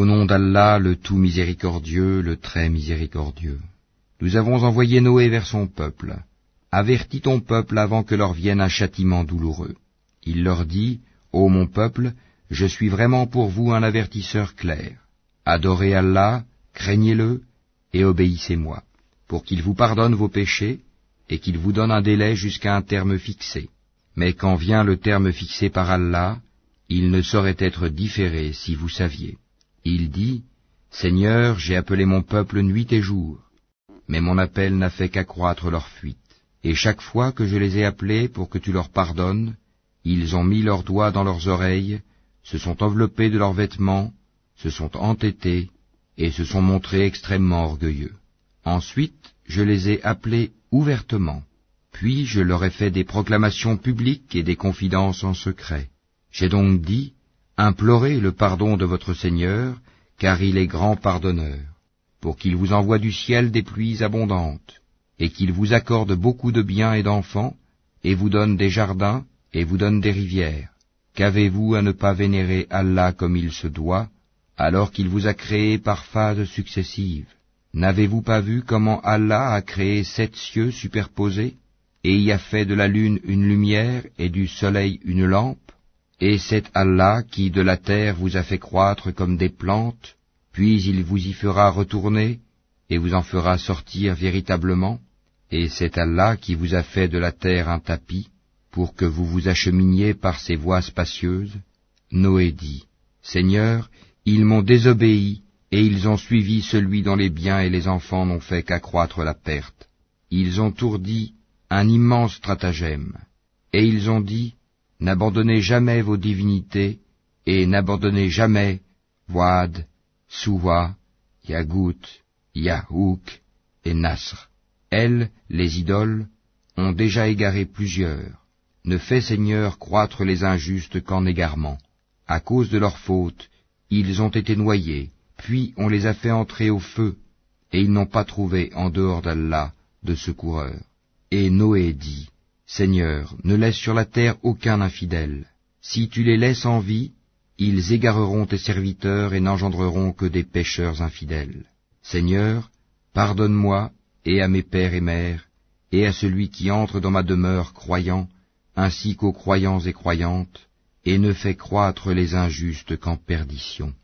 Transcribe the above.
Au nom d'Allah, le tout miséricordieux, le très miséricordieux. Nous avons envoyé Noé vers son peuple. Avertis ton peuple avant que leur vienne un châtiment douloureux. Il leur dit, ô mon peuple, je suis vraiment pour vous un avertisseur clair. Adorez Allah, craignez-le, et obéissez-moi, pour qu'il vous pardonne vos péchés, et qu'il vous donne un délai jusqu'à un terme fixé. Mais quand vient le terme fixé par Allah, il ne saurait être différé si vous saviez. Il dit, Seigneur, j'ai appelé mon peuple nuit et jour, mais mon appel n'a fait qu'accroître leur fuite. Et chaque fois que je les ai appelés pour que tu leur pardonnes, ils ont mis leurs doigts dans leurs oreilles, se sont enveloppés de leurs vêtements, se sont entêtés, et se sont montrés extrêmement orgueilleux. Ensuite, je les ai appelés ouvertement, puis je leur ai fait des proclamations publiques et des confidences en secret. J'ai donc dit, implorez le pardon de votre Seigneur, car il est grand pardonneur, pour qu'il vous envoie du ciel des pluies abondantes, et qu'il vous accorde beaucoup de biens et d'enfants, et vous donne des jardins, et vous donne des rivières. Qu'avez-vous à ne pas vénérer Allah comme il se doit, alors qu'il vous a créé par phases successives? N'avez-vous pas vu comment Allah a créé 7 cieux superposés, et y a fait de la lune une lumière et du soleil une lampe? Et c'est Allah qui de la terre vous a fait croître comme des plantes, puis il vous y fera retourner, et vous en fera sortir véritablement, et c'est Allah qui vous a fait de la terre un tapis, pour que vous vous acheminiez par ces voies spacieuses. Noé dit, Seigneur, ils m'ont désobéi, et ils ont suivi celui dont les biens et les enfants n'ont fait qu'accroître la perte. Ils ont ourdi un immense stratagème, et ils ont dit, n'abandonnez jamais vos divinités, et n'abandonnez jamais Wad, Suwa, Yagout, Yahouk et Nasr. Elles, les idoles, ont déjà égaré plusieurs. Ne fais, Seigneur, croître les injustes qu'en égarement. À cause de leur faute, ils ont été noyés, puis on les a fait entrer au feu, et ils n'ont pas trouvé en dehors d'Allah de secoureur. Et Noé dit, Seigneur, ne laisse sur la terre aucun infidèle. Si tu les laisses en vie, ils égareront tes serviteurs et n'engendreront que des pécheurs infidèles. Seigneur, pardonne-moi, et à mes pères et mères, et à celui qui entre dans ma demeure croyant, ainsi qu'aux croyants et croyantes, et ne fais croître les injustes qu'en perdition.